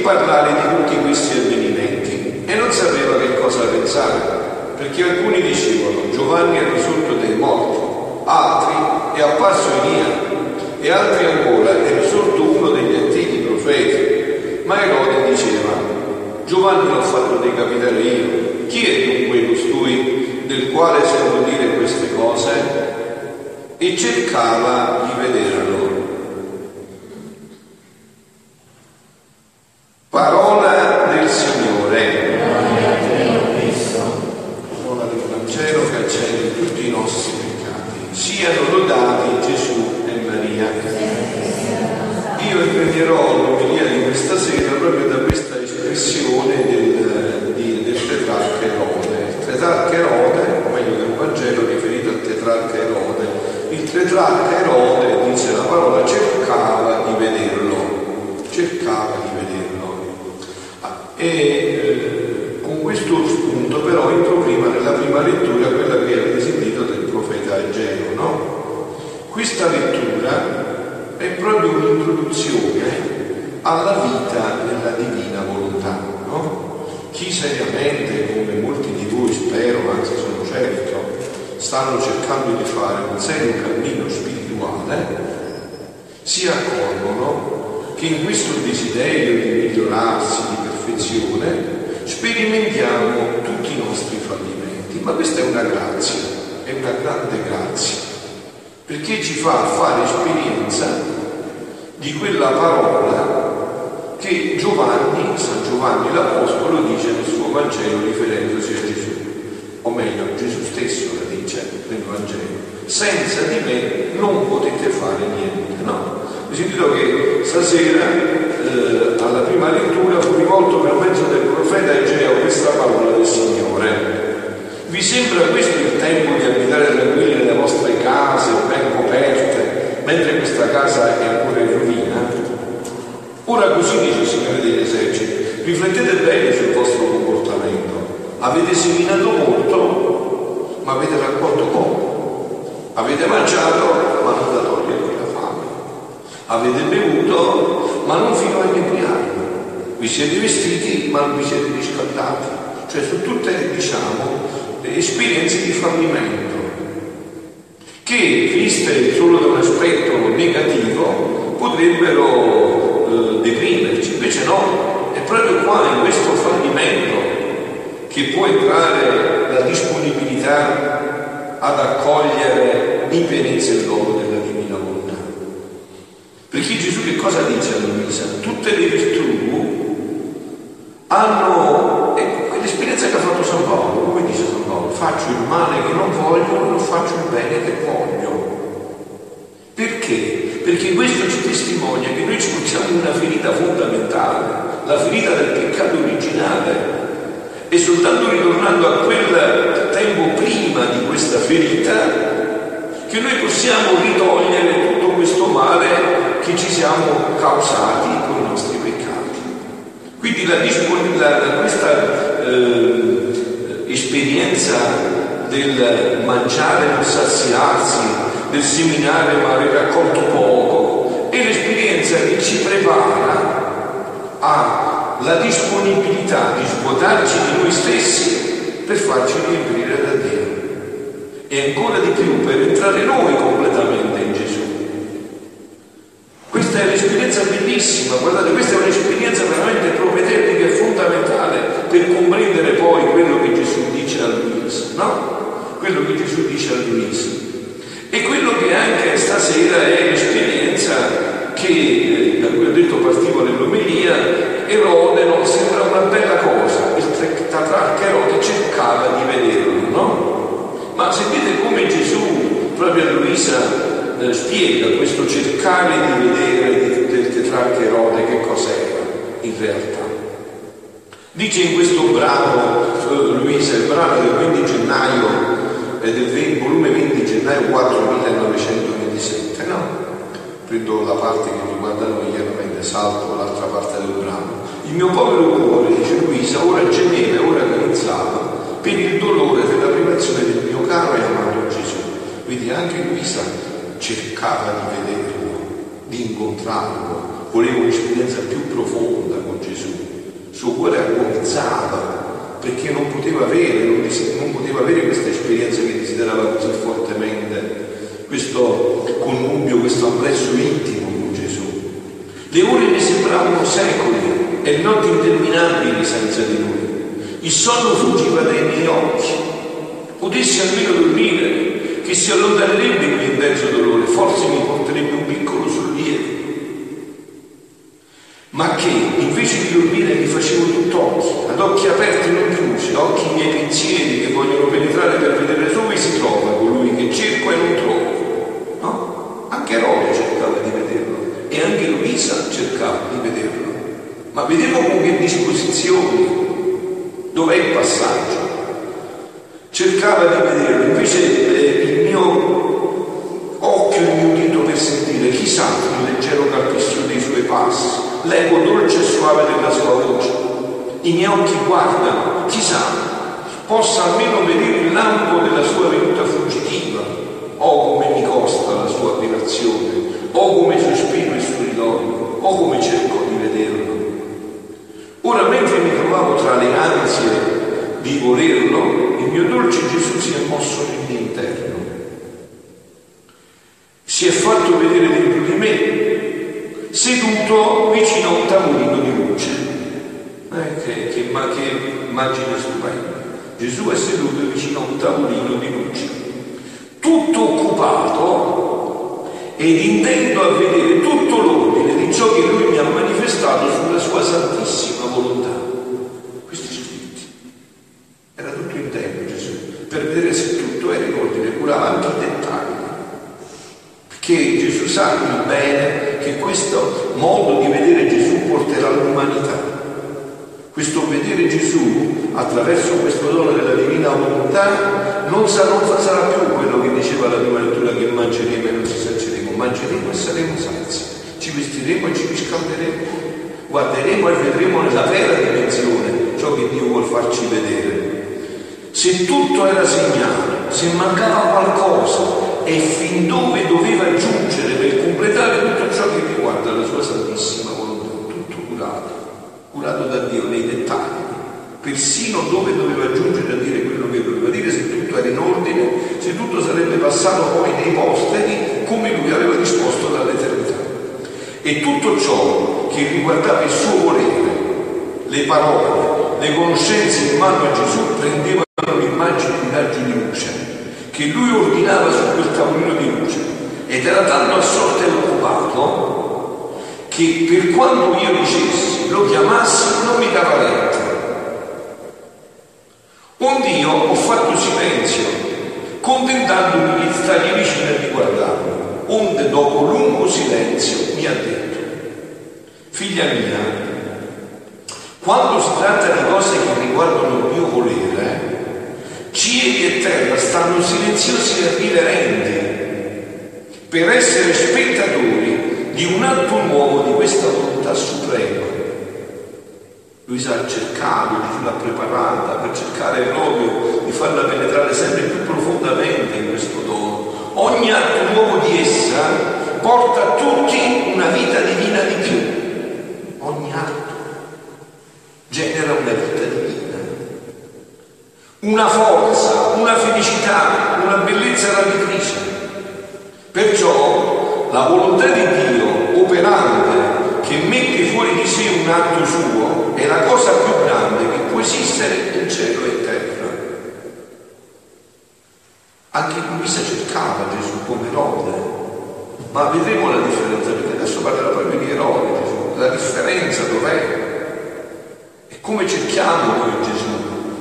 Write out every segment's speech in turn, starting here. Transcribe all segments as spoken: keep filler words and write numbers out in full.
parlare di tutti questi avvenimenti e non sapeva che cosa pensare, perché alcuni dicevano Giovanni è risorto dai morti, altri è apparso Elia e altri ancora è risorto uno degli antichi profeti. Ma Erode diceva Giovanni l'ho fatto decapitare io, chi è dunque costui del quale sento dire queste cose? E cercava di vederlo. Parola del Signore. Parola del Vangelo che accede tutti i nostri peccati. Siano lodati Gesù e Maria. Io prenderò l'omelia di questa sera proprio da questa espressione del, di, del tetrarca Erode. Il tetrarca Erode, o meglio del Vangelo riferito al tetrarca Erode, il tetrarca Erode, dice la parola, cercava di vederlo, cercava di vederlo. E eh, con questo spunto però entro prima nella prima lettura, quella che avete sentito del profeta Ageo, no? Questa lettura è proprio un'introduzione alla vita nella divina volontà, no? Chi seriamente, come molti di voi spero, anzi sono certo, stanno cercando di fare un serio cammino spirituale, si accorgono che in questo desiderio di migliorarsi, di perfezione, sperimentiamo tutti i nostri fallimenti. Ma questa è una grazia, è una grande grazia, perché ci fa fare esperienza di quella parola che Giovanni, San Giovanni l'Apostolo, dice nel suo Vangelo riferendosi a Gesù, o meglio Gesù stesso la dice nel Vangelo: senza di me non potete fare niente, no? Ho sentito che stasera eh, alla prima lettura fu rivolto per mezzo del profeta Ageo questa parola del Signore. Vi sembra questo il tempo di abitare tranquilli nelle vostre case ben coperte, mentre questa casa è ancora in rovina? Ora così dice il Signore degli eserciti: riflettete bene sul vostro comportamento. Avete seminato molto, ma avete raccolto poco. Avete mangiato, ma non da togliervi la fame. Avete bevuto, ma non fino a inebriarvi. Vi siete vestiti, ma non vi siete riscaldati. Cioè sono tutte, diciamo, esperienze di fallimento che, viste solo da un aspetto negativo, potrebbero eh, deprimerci. Invece no, è proprio qua, in questo fallimento, che può entrare la disponibilità ad accogliere in pienezza il dono della divina volontà. Perché Gesù che cosa dice a Luisa? Tutte le virtù hanno, è quell'esperienza che ha fatto San Paolo. Come dice San Paolo? Faccio il male che non voglio, non faccio il bene che voglio. Perché? Perché questo ci testimonia che noi ci portiamo una ferita fondamentale, la ferita del peccato originale. E soltanto ritornando a quel tempo prima di questa ferita, che noi possiamo ritogliere tutto questo male che ci siamo causati con i nostri peccati. Quindi la, la, questa eh, esperienza del mangiare, non saziarsi, del seminare ma aver raccolto poco, è l'esperienza che ci prepara a la disponibilità di svuotarci di noi stessi per farci riempire da Dio, e ancora di più per entrare noi completamente in Gesù. Questa è l'esperienza bellissima, guardate, questa è un'esperienza veramente propedeutica e fondamentale per comprendere poi quello che Gesù dice a Luisa, no? Quello che Gesù dice a Luisa. E quello che anche stasera è l'esperienza che, da cui ho detto partivo nell'omelia, Erode, no? Sembra una bella cosa, il tetrarca Erode cercava di vederlo, no? Ma sentite come Gesù, proprio a Luisa, eh, spiega questo cercare di vedere del tetrarca Erode che cos'era in realtà. Dice in questo brano, eh, Luisa, il brano del venti gennaio, eh, del venti, volume venti gennaio quattro millenovecentoventisette, no? Prendo la parte che riguarda noi, chiaramente salto l'altra parte del brano. Il mio povero cuore, dice Luisa, ora gemeva, ora agonizzava per il dolore della privazione del mio caro e amato Gesù. Quindi anche Luisa cercava di vederlo, di incontrarlo, voleva un'esperienza più profonda con Gesù. Il suo cuore agonizzava perché non poteva avere, non, non poteva avere questa esperienza che desiderava così fortemente, questo connubio, questo amplesso intimo con Gesù. Le ore mi sembravano secoli e notti interminabili senza di lui. Il sonno fuggiva dai miei occhi. Potessi almeno dormire, che si allontanerebbe quell'intenso dolore, forse mi porterebbe un piccolo sollievo. Ma che invece di dormire mi facevo tutt'occhi, ad occhi aperti e non chiusi, occhi i miei pensieri che vogliono penetrare per vedere dove si trova colui che cerco e non trovo. No? Anche Erode cercava di vederlo e anche Luisa cercava di vederlo. Ma vedevo con che disposizioni, dov'è il passaggio? Cercava di vederlo, invece eh, il mio occhio, il mio udito per sentire, chissà il leggero calpestio dei suoi passi, l'eco dolce e suave della sua voce. I miei occhi guardano, chissà, possa almeno vedere il lampo della sua venuta fuggitiva. Oh, come mi costa la sua ammirazione, oh, come sospiro il suo ritorno, oh, come cerco di vederlo. Ora, mentre mi trovavo tra le ansie di volerlo, il mio dolce Gesù si è mosso nel mio interno. Si è fatto vedere dentro di me, seduto vicino a un tavolino di luce. Eh, che, che, ma che immagine stupenda. Gesù è seduto vicino a un tavolino di luce, tutto occupato ed intento a vedere tutto l'ordine di ciò che lui mi ha manifestato sulla sua santissima volontà. Questi scritti. Era tutto intento Gesù, per vedere se tutto era in ordine, curava anche i dettagli. Perché Gesù sa bene che questo modo di vedere Gesù porterà all'umanità. Questo vedere Gesù attraverso questo dono della divina volontà non sarà, non sarà più quello che diceva la prima lettura, che mangeremo e non ci saceremo, mangeremo e saremo sazi, ci vestiremo e ci riscalderemo, guarderemo e vedremo nella vera dimensione ciò che Dio vuol farci vedere. Se tutto era segnato, se mancava qualcosa e fin dove doveva giungere per completare tutto ciò che riguarda la sua santissima volontà, tutto curato, curato da Dio nei dettagli, persino dove doveva giungere a dire quello che doveva dire, se tutto era in ordine, se tutto sarebbe passato poi nei posteri come lui aveva disposto dall'eternità. E tutto ciò che riguardava il suo volere, le parole, le conoscenze in mano a Gesù prendevano l'immagine di raggi di luce che lui ordinava su quel tavolino di luce, ed era tanto assorto e occupato che per quanto io dicessi, lo chiamassi, non mi dava retta. Onde io ho fatto silenzio, contentandomi di stargli vicino e di guardarlo. Onde dopo lungo silenzio mi ha detto: figlia mia, quando si tratta di cose che riguardano il mio volere, cieli e terra stanno silenziosi e riverenti per essere spettatori di un atto nuovo di questa volontà suprema. Lui sa cercato, Gesù l'ha preparata per cercare proprio di farla penetrare sempre più profondamente in questo dono. Ogni atto nuovo di essa porta a tutti una vita divina di più. Ogni atto genera una vita divina, una forza, una felicità, una bellezza rapitrice. Perciò la volontà di Dio operante, che mette fuori di sé un atto suo, è la cosa più grande che può esistere in cielo e terra. Anche Luisa cercava Gesù come Erode, ma vedremo la differenza, perché adesso parlerà proprio di Erode. Gesù, la differenza dov'è? E come cerchiamo noi Gesù?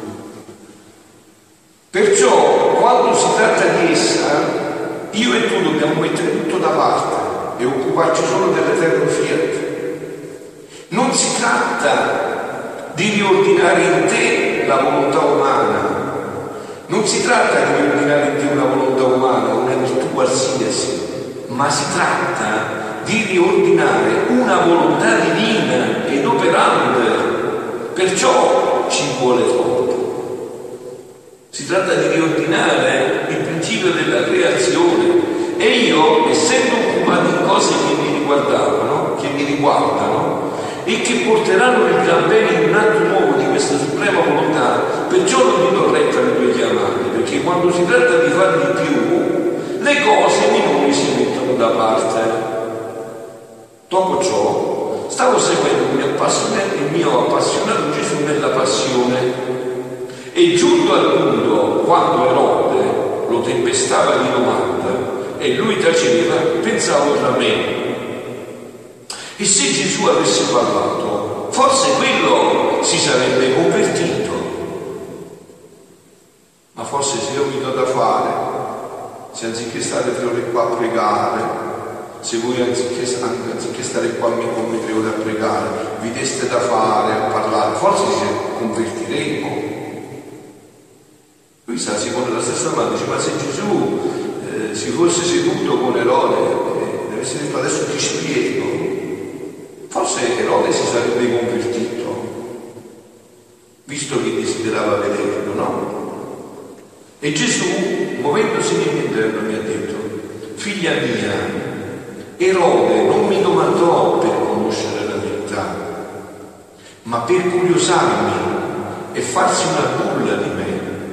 Perciò quando si tratta di essa, io e tu dobbiamo mettere tutto da parte e occuparci solo dell'eterno fiat. Non si tratta di riordinare in te la volontà umana, non si tratta di riordinare in te una volontà umana, una virtù qualsiasi, ma si tratta di riordinare una volontà divina ed operante. Perciò ci vuole troppo. Si tratta di riordinare il principio della creazione, e io, essendo occupato in cose che mi riguardavano, che mi riguardavano riguardano e che porteranno il gran bene in un atto nuovo di questa suprema volontà. Perciò non vi do retta alle tue chiamate, perché quando si tratta di fare di più, le cose minori si mettono da parte. Dopo ciò, stavo seguendo il mio appassionato Gesù nella passione, e giunto al punto, quando Erode lo tempestava di domanda e lui taceva, pensavo tra me: e se Gesù avesse parlato, forse quello si sarebbe convertito. Ma forse se io mi do da fare, se anziché stare tre ore qua a pregare, se voi anziché, anziché stare qua come tre ore a pregare, vi deste da fare, a parlare, forse ci convertiremo. Lui sa, si pone la stessa domanda, dice: ma se Gesù eh, si fosse seduto con Erode, eh, deve essere detto: adesso ti spiego, forse Erode si sarebbe convertito, visto che desiderava vederlo, no? E Gesù, muovendosi nell'interno, mi ha detto: figlia mia, Erode non mi domandò per conoscere la verità, ma per curiosarmi e farsi una bulla di me.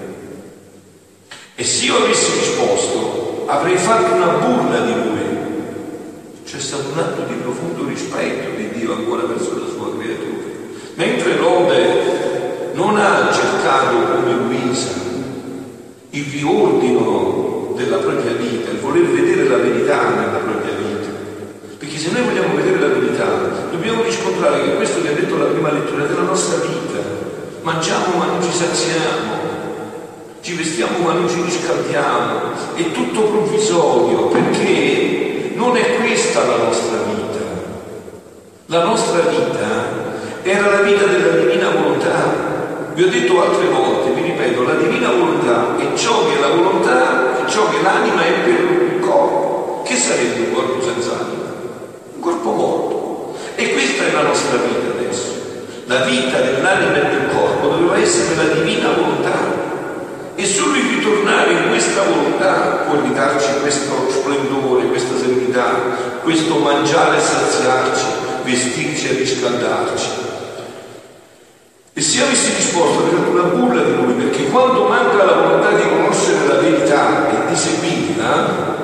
E se io avessi risposto, avrei fatto una burla di lui. C'è stato un atto di profondo rispetto di Dio ancora verso la sua creatura. Mentre Erode non ha cercato come Luisa il riordino della propria vita, il voler vedere la verità nella propria vita. Perché se noi vogliamo vedere la verità, dobbiamo riscontrare che questo che ha detto la prima lettura è della nostra vita. Mangiamo ma non ci saziamo, ci vestiamo ma non ci riscaldiamo, è tutto provvisorio, perché non è questa la nostra vita. La nostra vita era la vita della divina volontà. Vi ho detto altre volte, vi ripeto, la divina volontà è ciò che la volontà, è ciò che l'anima è per il corpo. Che sarebbe un corpo senza anima? Un corpo morto. E questa è la nostra vita adesso. La vita dell'anima e del corpo doveva essere la divina volontà. E solo il ritornare in questa volontà può ridarci questo splendore, questa serenità, questo mangiare e saziarci, vestirci e riscaldarci. E se avessi risposto avrei fatto una bulla di lui, perché quando manca la volontà di conoscere la verità e di seguirla,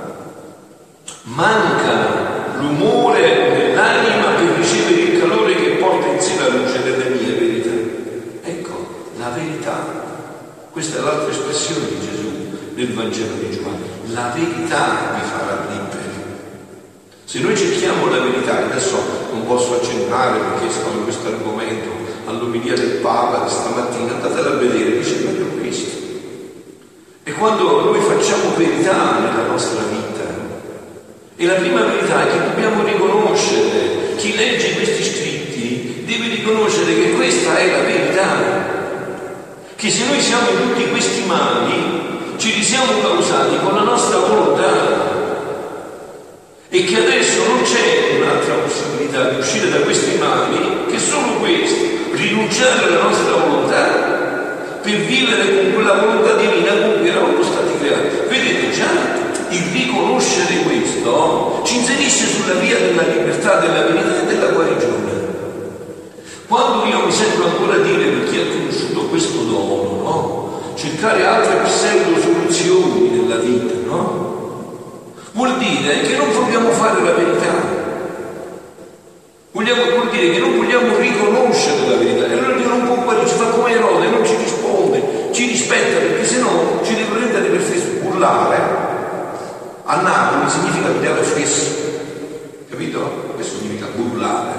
manca l'umore nell'anima per ricevere il calore che porta in sé la luce delle mie verità. Ecco, la verità. Questa è l'altra espressione di Gesù nel Vangelo di Giovanni. La verità vi farà liberi. Se noi cerchiamo la verità, adesso non posso accennare perché sto in questo argomento, all'omelia del Papa di stamattina, andatela a vedere, dice proprio questo. E quando noi facciamo verità nella nostra vita, e la prima verità è che dobbiamo riconoscere, chi legge questi scritti deve riconoscere che questa è la verità. Che se noi siamo in tutti questi mali, ci li siamo causati con la nostra volontà, e che adesso non c'è un'altra possibilità di uscire da questi mali che solo questo: rinunciare alla nostra volontà per vivere con quella volontà divina con cui eravamo stati creati. Vedete, già il riconoscere questo ci inserisce sulla via della libertà, della verità e della guarigione. Quando io mi sento ancora dire, per chi ha conosciuto questo dono, no? Cercare altre pseudo soluzioni nella vita, no? Vuol dire che non vogliamo fare la verità. Vogliamo, vuol dire che non vogliamo riconoscere la verità. E allora Dio non può guarire, ci fa come Erode, non ci risponde, ci rispetta, perché sennò ci deve prendere per fesso. Bullare a Napoli significa pigliare fesso. Capito? Questo significa bullare.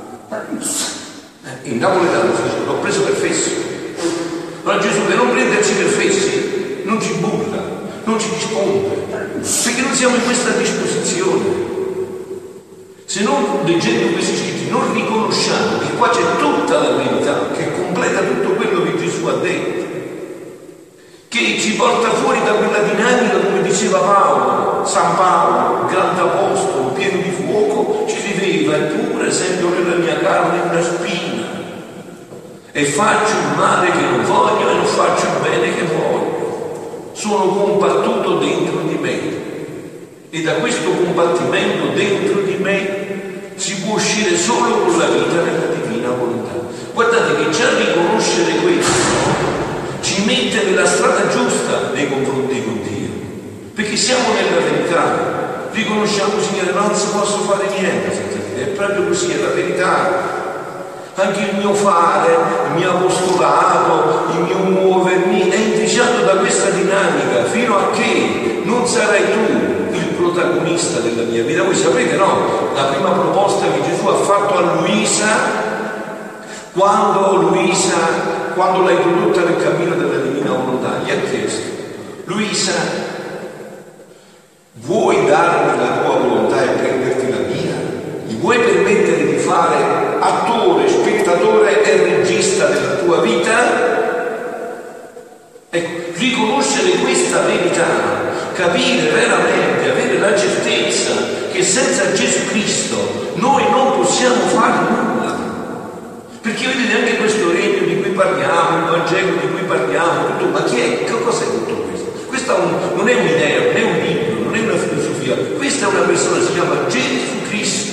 In napoletano l'ho preso per fesso. Allora Gesù, per non prenderci per fessi, non ci bulla, non ci risponde, perché non siamo in questa disposizione. Se non, leggendo questi scritti, non riconosciamo che qua c'è tutta la verità, che completa tutto quello che Gesù ha detto, che ci porta fuori da quella dinamica, come diceva Paolo, San Paolo, grande apostolo, pieno di fuoco, ci rivela: eppure sento nella mia carne una spina, e faccio il male che non voglio e non faccio il bene che voglio. Sono combattuto dentro di me, e da questo combattimento dentro di me si può uscire solo con la vita nella divina volontà. Guardate che già riconoscere questo ci mette nella strada giusta nei confronti con Dio, perché siamo nella verità, riconosciamo, Signore, non si posso fare niente senza te, è proprio così, è la verità. Anche il mio fare, il mio apostolato, il mio muovermi è inficiato da questa dinamica, fino a che non sarai tu il protagonista della mia vita. Voi sapete, no? La prima proposta che Gesù ha fatto a Luisa, quando Luisa, quando l'ha introdotta nel cammino della divina volontà, gli ha chiesto: Luisa, vuoi darmi la tua volontà e prenderti la mia? Mi vuoi permettere di fare attore, spettatore e regista della tua vita? Ecco, riconoscere questa verità, capire veramente, avere la certezza che senza Gesù Cristo noi non possiamo fare nulla. Perché vedete, anche questo regno di cui parliamo, il Vangelo di cui parliamo, tutto, ma chi è? Che cos'è tutto questo? Questa un, non è un'idea, non è un libro, non è una filosofia, questa è una persona, si chiama Gesù Cristo.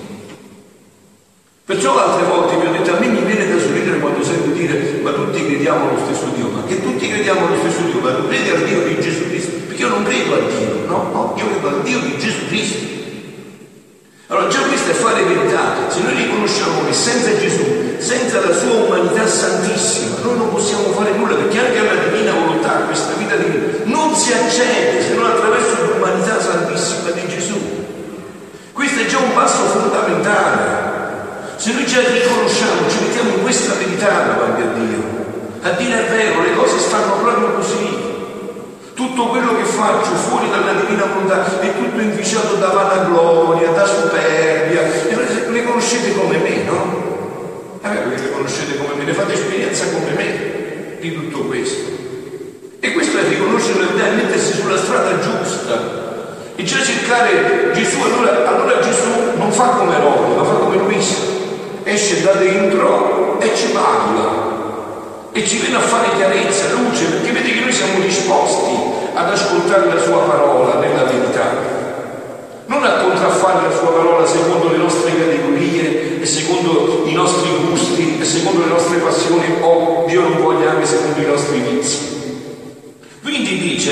Perciò altre volte vi ho detto, a me mi viene da sorridere quando sento dire ma tutti crediamo allo stesso Dio, ma che tutti crediamo allo stesso Dio, ma tu credi al Dio di Gesù Cristo? Perché io non credo al Dio, no, no, io credo al Dio di Gesù Cristo. Allora già questo è fare verità. Se noi riconosciamo che senza Gesù, senza la sua umanità santissima, noi non possiamo fare nulla, perché anche alla divina volontà, questa vita divina, non si accede se non attraverso l'umanità santissima di Gesù. Questo è già un passo fondamentale. Se noi già riconosciamo, ci mettiamo in questa verità davanti a Dio, a dire è vero, le cose stanno proprio così. Tutto quello che faccio fuori dalla divina volontà è tutto inficiato da vanagloria, da superbia. E voi le conoscete come me, no? Eh, voi le conoscete come me, ne fate esperienza come me di tutto questo. E questo è riconoscere la verità e mettersi sulla strada giusta. E già cercare Gesù, allora, allora Gesù non fa come Roma, ma fa come Luisa. Esce da dentro e ci parla e ci viene a fare chiarezza, luce, perché vede che noi siamo disposti ad ascoltare la sua parola nella verità, non a contraffare la sua parola secondo le nostre categorie e secondo i nostri gusti e secondo le nostre passioni, o Dio non voglia anche secondo i nostri vizi. Quindi dice,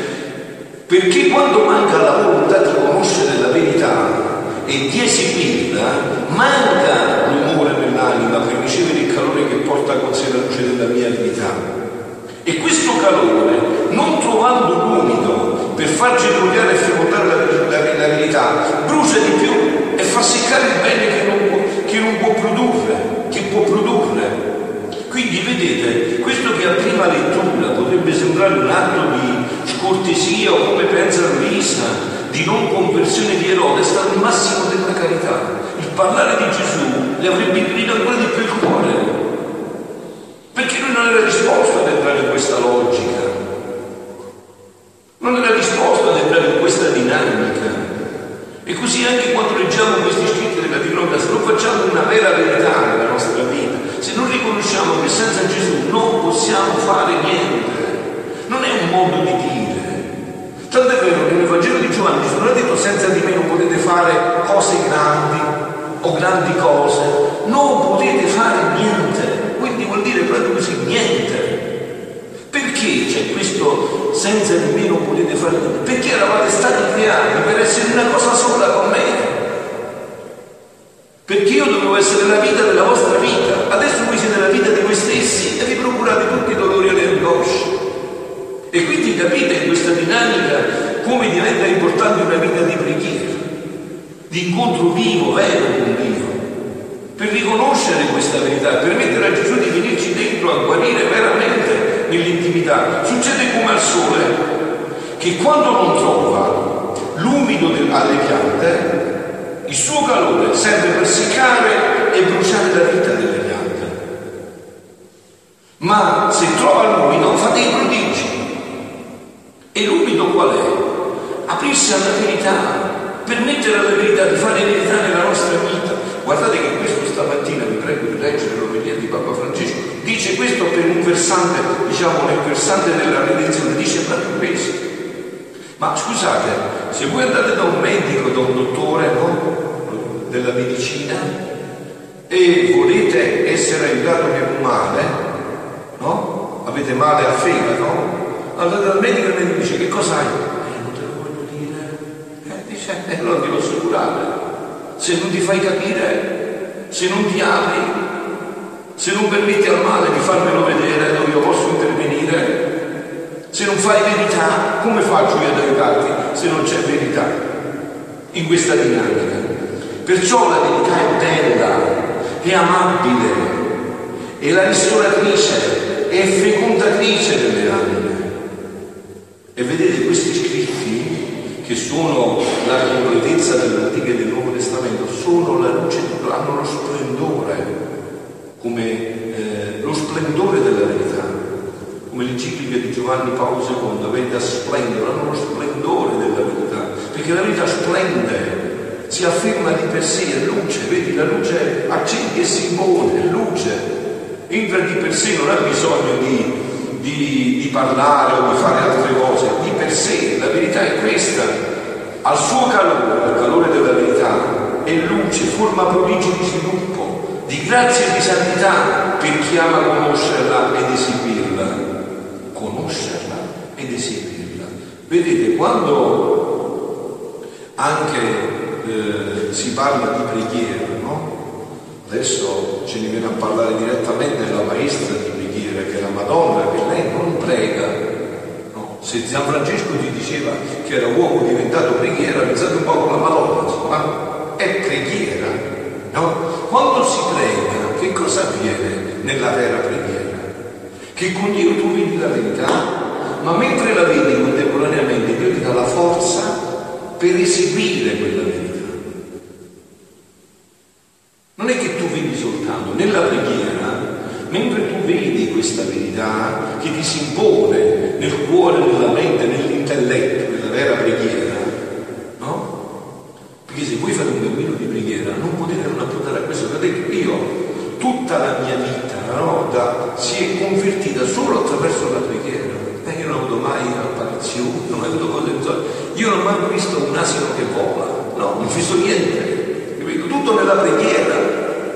perché quando manca la volontà di conoscere la verità e di esibirla, manca l'umore nell'anima per ricevere il calore che porta con sé la luce della mia verità. E questo calore, non trovando l'umido per far germogliare e fecondare la, la, la verità, brucia di più e fa seccare il bene che non può, che non può produrre, che può produrre. Quindi vedete, questo che a prima lettura potrebbe sembrare un atto di scortesia o, come pensa Luisa, di non conversione di Erode, è stato il massimo della carità. Il parlare di Gesù le avrebbe ingrito ancora di più il cuore, perché lui non era disposto ad entrare in questa logica, non era disposto ad entrare in questa dinamica. E così anche quando leggiamo questi scritti della Divina, se non facciamo una vera verità nella nostra vita, se non riconosciamo che senza Gesù non possiamo fare niente, non è un modo di dire. Tanto è vero che nel Vangelo di Giovanni Gesù non ha detto senza di me non potete fare cose grandi o grandi cose, non potete fare niente, quindi vuol dire proprio così, niente. Perché c'è questo senza di me non potete fare niente? Perché eravate stati creati per essere una cosa sola con me, perché io dovevo essere la vita della vostra vita, adesso voi siete la vita di voi stessi e vi procurate tutti i dolori e le angosce. E quindi capite questa dinamica come diventa importante una vita di preghiera, di incontro vivo, vero con Dio, per riconoscere questa verità, per permettere a Gesù di venirci dentro a guarire veramente nell'intimità. Succede come al sole, che quando non trova l'umido alle piante, il suo calore serve per seccare e bruciare la vita delle piante. Ma se trova l'umido fa dei prodigi. E l'umido qual è? Aprirsi alla verità, permettere alla verità di fare verità nella nostra vita. Guardate che questo stamattina, vi prego di leggere l'omelia di Papa Francesco, dice questo per un versante, diciamo nel versante della redenzione, dice proprio questo. Ma scusate, se voi andate da un medico, da un dottore, no? della medicina e volete essere aiutati per un male, no? Avete male al fegato, andate dal medico e il medico dice: che cosa hai? Eh, non te lo voglio dire. Eh, dice, eh, allora ti posso curare. Se non ti fai capire, se non ti apri, se non permetti al male di farmelo vedere dove io posso intervenire, se non fai verità, come faccio io ad aiutarti se non c'è verità in questa dinamica? Perciò la verità è bella, è amabile, è la ristoratrice, è fecondatrice delle anime. E vedete, questi scritti, che sono la completezza dell'Antico e del Nuovo Testamento, sono la luce, hanno lo splendore, come eh, lo splendore della verità, come l'enciclica di Giovanni Paolo secondo, Verita Splendor, hanno lo splendore della verità, perché la verità splende, si afferma di per sé, è luce, vedi, la luce accende e si impone, è luce, entra di per sé, non ha bisogno di Di, di parlare o di fare altre cose, di per sé la verità è questa, al suo calore, al calore della verità, è luce, forma prodigio di sviluppo, di grazia e di santità per chi ama conoscerla ed eseguirla, conoscerla ed eseguirla. Vedete, quando anche eh, si parla di preghiera, no? Adesso ce ne viene a parlare direttamente la maestra di preghiera, che è la Madonna, che lei non prega. No? Se San Francesco ti diceva che era uomo diventato preghiera, pensate un po' con la Madonna, insomma, è preghiera. No? Quando si prega, che cosa avviene nella vera preghiera? Che con Dio tu vedi la verità, ma mentre la vedi contemporaneamente Dio ti dà la forza per eseguire quella verità. Non è che tu vedi soltanto, nella preghiera, mentre tu vedi questa verità che ti si impone nel cuore, nella mente, nell'intelletto, nella vera preghiera, no? Perché se voi fate un cammino di preghiera non potete non appuntare a questo, perché io tutta la mia vita, no, da, si è convertita solo attraverso la preghiera. Eh, io non ho avuto mai apparizioni, non ho mai avuto cose di solito. Io non ho mai visto un asino che vola, no, non ho visto niente, capito? Tutto nella preghiera.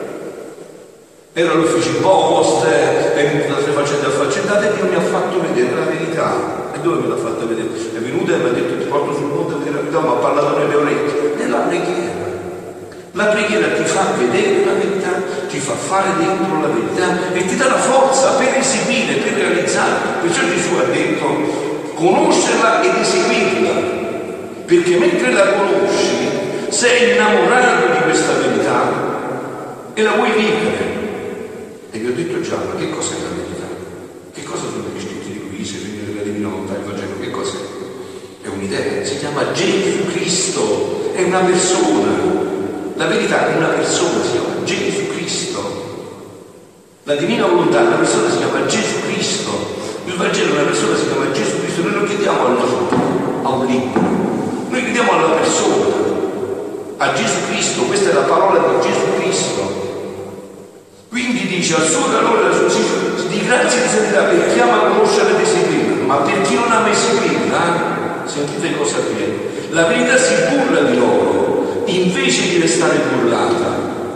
Erano uffici post, e altre faccende affaccendate, e Dio mi ha fatto vedere la verità. E dove me l'ha fatta vedere? È venuta e mi ha detto: ti porto sul monte a vedere la verità, ma ha parlato nelle orecchie. Nella preghiera. La preghiera ti fa vedere la verità, ti fa fare dentro la verità e ti dà la forza per eseguire, per realizzare. Perciò Gesù ha detto: conoscerla ed eseguirla, perché mentre la conosci sei innamorato di questa verità e la vuoi vivere. E vi ho detto già, ma che cos'è la verità? Che cosa sono gli scritti di Luisa, quindi della Divina Volontà, il Vangelo? Che cos'è? È un'idea, si chiama Gesù Cristo, è una persona. La verità è una persona, si chiama Gesù Cristo. La Divina Volontà è una persona, si chiama Gesù Cristo. Il Vangelo è una persona, si chiama Gesù Cristo. Noi non chiediamo al nostro, a un libro, noi chiediamo alla persona, a Gesù Cristo. Questa è la parola di Gesù Cristo. Quindi dice: al suo calore, la sua di grazia e di santità per chi ama conoscere ed eseguirla, ma per chi non ama eseguirla, sentite cosa avviene, la verità si burla di loro invece di restare burlata.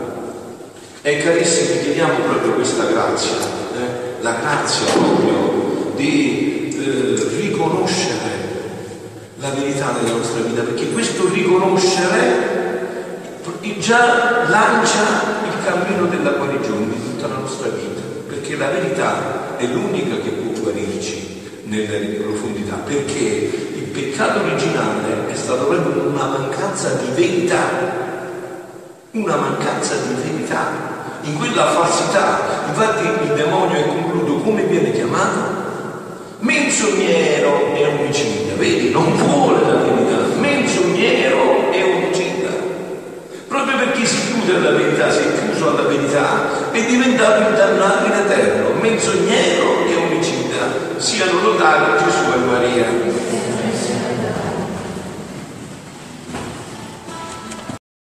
E carissimi, chiediamo proprio questa grazia, eh? la grazia proprio di eh, riconoscere la verità nella nostra vita, perché questo riconoscere già lancia il cammino della guarigione di tutta la nostra vita, perché la verità è l'unica che può guarirci nelle profondità, perché il peccato originale è stato proprio una mancanza di verità, una mancanza di verità, in quella falsità. Infatti il demonio, e concludo, come viene chiamato? Menzognero e omicida, vedi? Non vuole la verità, menzognero e omicida. Proprio perché si chiude alla verità, si è chiuso alla verità, è diventato indannato in eterno, menzognero e omicida. Siano lodati Gesù e Maria.